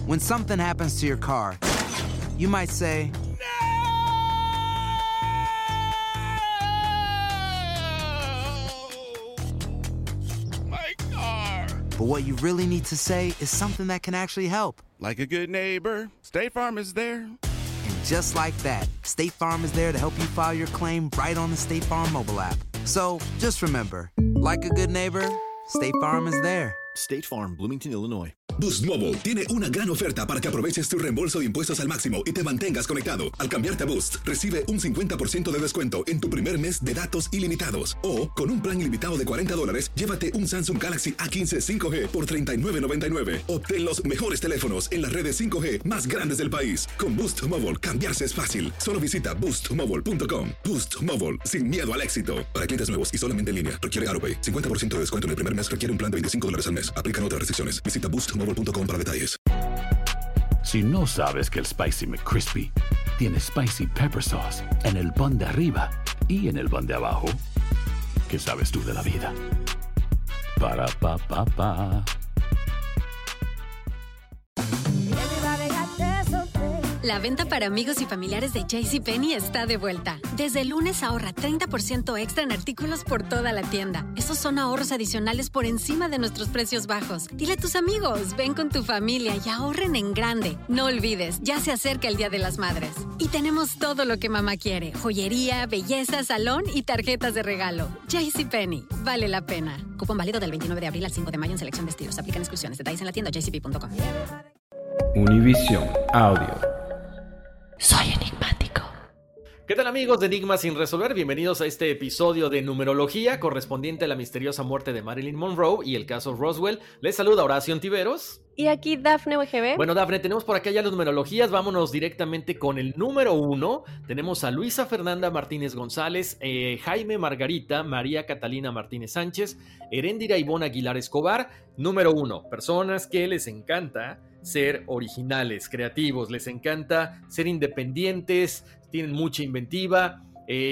When something happens to your car, you might say, My car! but what you really need to say is something that can actually help. Like a good neighbor, State Farm is there. And just like that, State Farm is there to help you file your claim right on the State Farm mobile app. So just remember, like a good neighbor, State Farm is there. State Farm, Bloomington, Illinois. Boost Mobile tiene una gran oferta para que aproveches tu reembolso de impuestos al máximo y te mantengas conectado. Al cambiarte a Boost, recibe un 50% de descuento en tu primer mes de datos ilimitados. O, con un plan ilimitado de $40, llévate un Samsung Galaxy A15 5G por $39.99. Obtén los mejores teléfonos en las redes 5G más grandes del país. Con Boost Mobile, cambiarse es fácil. Solo visita boostmobile.com. Boost Mobile, sin miedo al éxito. Para clientes nuevos y solamente en línea, requiere AutoPay. 50% de descuento en el primer mes requiere un plan de $25 al mes. Aplican otras restricciones. Visita boostmobile.com para detalles. Si no sabes que el Spicy McCrispy tiene Spicy Pepper Sauce en el pan de arriba y en el pan de abajo, ¿qué sabes tú de la vida? Para, pa, pa, pa. La venta para amigos y familiares de JCPenney está de vuelta. Desde el lunes ahorra 30% extra en artículos por toda la tienda. Esos son ahorros adicionales por encima de nuestros precios bajos. Dile a tus amigos, ven con tu familia y ahorren en grande. No olvides, ya se acerca el Día de las Madres. Y tenemos todo lo que mamá quiere. Joyería, belleza, salón y tarjetas de regalo. JCPenney, vale la pena. Cupón válido del 29 de abril al 5 de mayo en selección de estilos. Aplican exclusiones. Detalles en la tienda jcp.com. Univision Audio. Soy enigmático. ¿Qué tal, amigos de Enigma sin resolver? Bienvenidos a este episodio de numerología correspondiente a la misteriosa muerte de Marilyn Monroe y el caso Roswell. Les saluda Horacio Ontiveros. Y aquí Dafne UGB. Bueno, Dafne, tenemos por acá ya las numerologías. Vámonos directamente con el número 1. Tenemos a Luisa Fernanda Martínez González, Jaime Margarita, María Catalina Martínez Sánchez, Heréndira Ivonne Aguilar Escobar. Número 1, personas que les encanta ser originales, creativos, les encanta ser independientes, tienen mucha inventiva,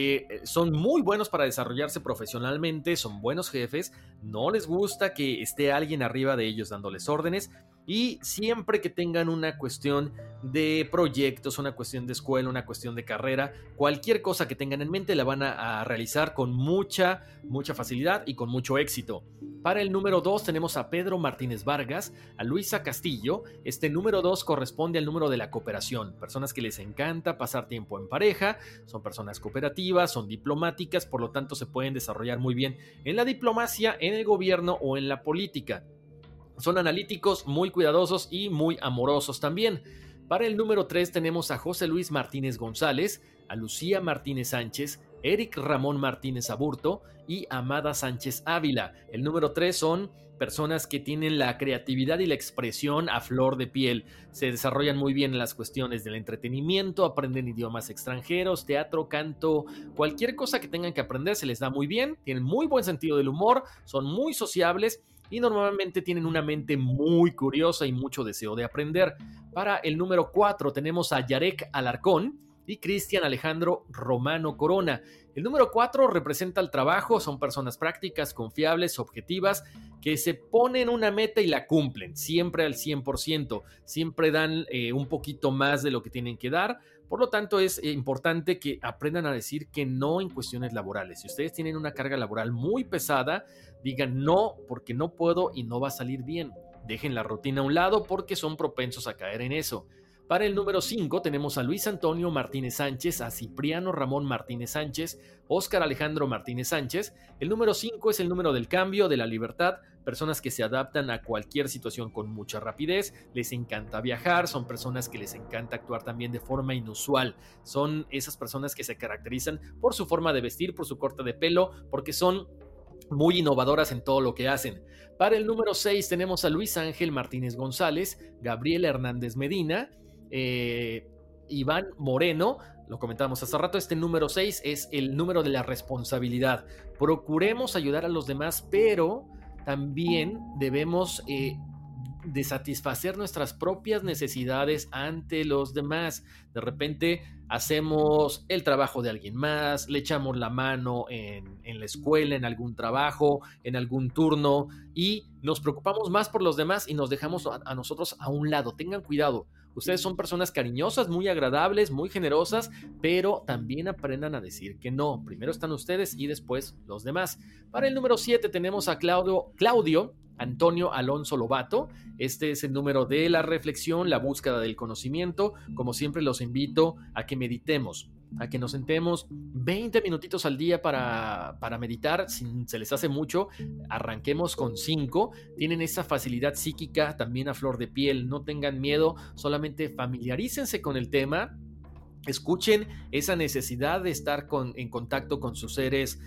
son muy buenos para desarrollarse profesionalmente, son buenos jefes, no les gusta que esté alguien arriba de ellos dándoles órdenes, y siempre que tengan una cuestión de proyectos, una cuestión de escuela, una cuestión de carrera, cualquier cosa que tengan en mente la van a realizar con mucha facilidad y con mucho éxito. Para el número 2 tenemos a Pedro Martínez Vargas, a Luisa Castillo. Este número 2 corresponde al número de la cooperación. Personas que les encanta pasar tiempo en pareja, son personas cooperativas, son diplomáticas, por lo tanto se pueden desarrollar muy bien en la diplomacia, en el gobierno o en la política. Son analíticos, muy cuidadosos y muy amorosos también. Para el número 3 tenemos a José Luis Martínez González, a Lucía Martínez Sánchez, Eric Ramón Martínez Aburto y Amada Sánchez Ávila. El número 3 son personas que tienen la creatividad y la expresión a flor de piel. Se desarrollan muy bien en las cuestiones del entretenimiento, aprenden idiomas extranjeros, teatro, canto, cualquier cosa que tengan que aprender se les da muy bien, tienen muy buen sentido del humor, son muy sociables y normalmente tienen una mente muy curiosa y mucho deseo de aprender. Para el número 4 tenemos a Yarek Alarcón y Cristian Alejandro Romano Corona. El número 4 representa el trabajo, son personas prácticas, confiables, objetivas, que se ponen una meta y la cumplen, siempre al 100%, siempre dan un poquito más de lo que tienen que dar. Por lo tanto, es importante que aprendan a decir que no en cuestiones laborales. Si ustedes tienen una carga laboral muy pesada, digan no, porque no puedo y no va a salir bien. Dejen la rutina a un lado porque son propensos a caer en eso. Para el número 5 tenemos a Luis Antonio Martínez Sánchez, a Cipriano Ramón Martínez Sánchez, Óscar Alejandro Martínez Sánchez. El número 5 es el número del cambio, de la libertad, personas que se adaptan a cualquier situación con mucha rapidez, les encanta viajar, son personas que les encanta actuar también de forma inusual, son esas personas que se caracterizan por su forma de vestir, por su corte de pelo, porque son muy innovadoras en todo lo que hacen. Para el número 6 tenemos a Luis Ángel Martínez González, Gabriel Hernández Medina, Iván Moreno, lo comentábamos hace rato. Este número 6 es el número de la responsabilidad. Procuremos ayudar a los demás, pero también debemos de satisfacer nuestras propias necesidades ante los demás. De repente hacemos el trabajo de alguien más, le echamos la mano en la escuela, en algún trabajo, en algún turno, y nos preocupamos más por los demás y nos dejamos a nosotros a un lado. Tengan cuidado. Ustedes son personas cariñosas, muy agradables, muy generosas, pero también aprendan a decir que no. Primero están ustedes y después los demás. Para el número 7 tenemos a Claudio Antonio Alonso Lobato. Este es el número de la reflexión, la búsqueda del conocimiento. Como siempre, los invito a que meditemos, a que nos sentemos 20 minutitos al día para meditar. Si se les hace mucho, arranquemos con 5. Tienen esa facilidad psíquica también a flor de piel. No tengan miedo, solamente familiarícense con el tema. Escuchen esa necesidad de estar en contacto con sus seres,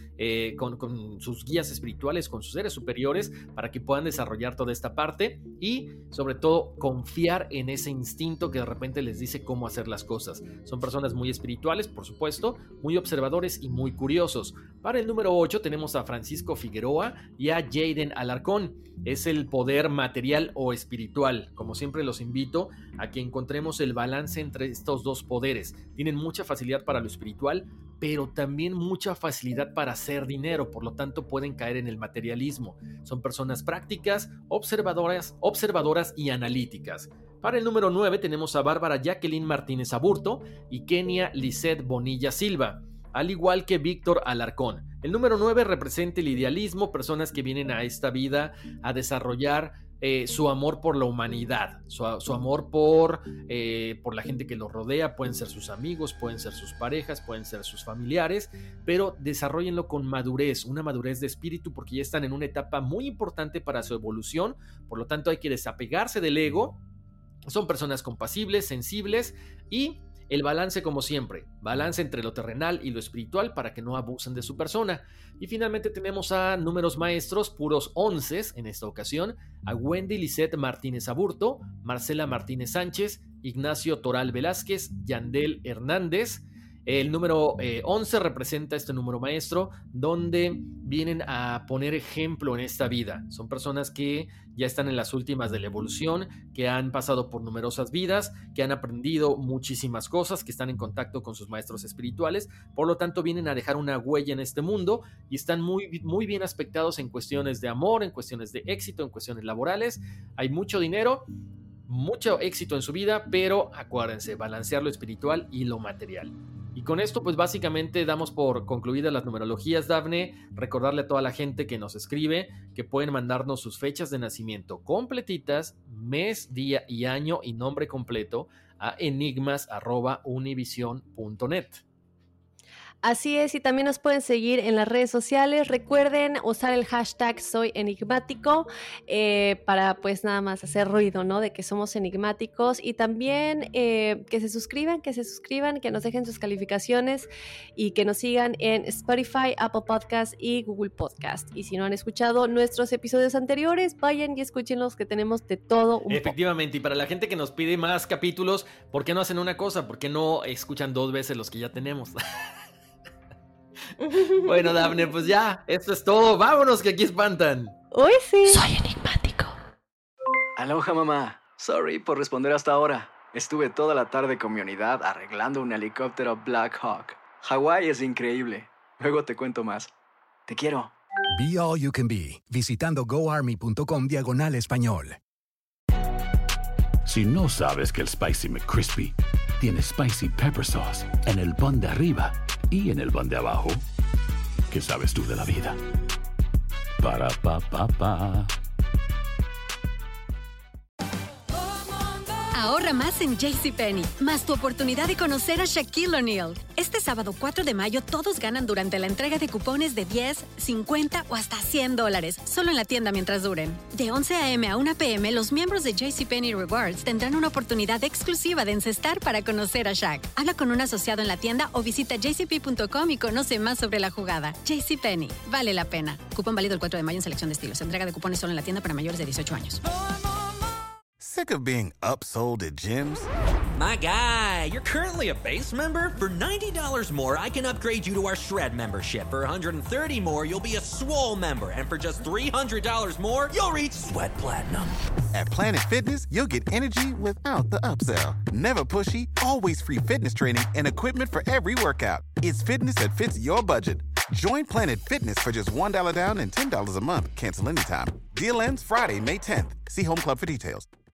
con sus guías espirituales, con sus seres superiores, para que puedan desarrollar toda esta parte y sobre todo confiar en ese instinto que de repente les dice cómo hacer las cosas. Son personas muy espirituales, por supuesto, muy observadores y muy curiosos. Para el número 8 tenemos a Francisco Figueroa y a Jaden Alarcón. Es el poder material o espiritual. Como siempre, los invito a que encontremos el balance entre estos dos poderes. Tienen mucha facilidad para lo espiritual, pero también mucha facilidad para hacer dinero, por lo tanto pueden caer en el materialismo. Son personas prácticas, observadoras y analíticas. Para el número 9 tenemos a Bárbara Jacqueline Martínez Aburto y Kenia Lisette Bonilla Silva, al igual que Víctor Alarcón. El número 9 representa el idealismo, personas que vienen a esta vida a desarrollar su amor por la humanidad, su amor por la gente que los rodea. Pueden ser sus amigos, pueden ser sus parejas, pueden ser sus familiares, pero desarróllenlo con madurez, una madurez de espíritu, porque ya están en una etapa muy importante para su evolución. Por lo tanto, hay que desapegarse del ego. Son personas compasibles, sensibles y el balance, como siempre, balance entre lo terrenal y lo espiritual para que no abusen de su persona. Y finalmente tenemos a números maestros, puros 11 en esta ocasión, a Wendy Lisette Martínez Aburto, Marcela Martínez Sánchez, Ignacio Toral Velázquez, Yandel Hernández. El número 11 representa este número maestro donde vienen a poner ejemplo en esta vida. Son personas que ya están en las últimas de la evolución, que han pasado por numerosas vidas, que han aprendido muchísimas cosas, que están en contacto con sus maestros espirituales. Por lo tanto, vienen a dejar una huella en este mundo y están muy, muy bien aspectados en cuestiones de amor, en cuestiones de éxito, en cuestiones laborales. Hay mucho dinero, mucho éxito en su vida, pero acuérdense, balancear lo espiritual y lo material. Y con esto, pues básicamente damos por concluidas las numerologías, Dafne. Recordarle a toda la gente que nos escribe que pueden mandarnos sus fechas de nacimiento completitas, mes, día y año y nombre completo a enigmas@univision.net. Así es, y también nos pueden seguir en las redes sociales. Recuerden usar el hashtag Soy Enigmático para pues nada más hacer ruido, ¿no? De que somos enigmáticos. Y también que se suscriban, que nos dejen sus calificaciones y que nos sigan en Spotify, Apple Podcast y Google Podcast. Y si no han escuchado nuestros episodios anteriores, vayan y escúchenlos, que tenemos de todo un poco. Efectivamente, y para la gente que nos pide más capítulos, ¿por qué no hacen una cosa? ¿Por qué no escuchan 2 veces los que ya tenemos? Bueno, Dafne, pues ya, esto es todo. Vámonos, que aquí espantan. Uy, sí. Soy enigmático. Aloha, mamá. Sorry por responder hasta ahora. Estuve toda la tarde con mi unidad arreglando un helicóptero Black Hawk. Hawái es increíble. Luego te cuento más. Te quiero. Be All You Can Be, visitando goarmy.com/español. Si no sabes que el Spicy McCrispy tiene Spicy Pepper Sauce en el pan de arriba y en el pan de abajo, ¿qué sabes tú de la vida? Para, pa, pa, pa. Ahorra más en JCPenney, más tu oportunidad de conocer a Shaquille O'Neal. Este sábado 4 de mayo todos ganan durante la entrega de cupones de $10, $50 o hasta $100, solo en la tienda mientras duren. De 11 a.m. a 1 p.m., los miembros de JCPenney Rewards tendrán una oportunidad exclusiva de encestar para conocer a Shaq. Habla con un asociado en la tienda o visita jcp.com y conoce más sobre la jugada. JCPenney, vale la pena. Cupón válido el 4 de mayo en selección de estilos. Entrega de cupones solo en la tienda para mayores de 18 años. sick of being upsold at gyms? My guy, you're currently a base member? For $90 more, I can upgrade you to our Shred membership. For $130 more, you'll be a Swole member. And for just $300 more, you'll reach Sweat Platinum. At Planet Fitness, you'll get energy without the upsell. Never pushy, always free fitness training and equipment for every workout. It's fitness that fits your budget. Join Planet Fitness for just $1 down and $10 a month. Cancel anytime. Deal ends Friday, May 10th. See Home Club for details.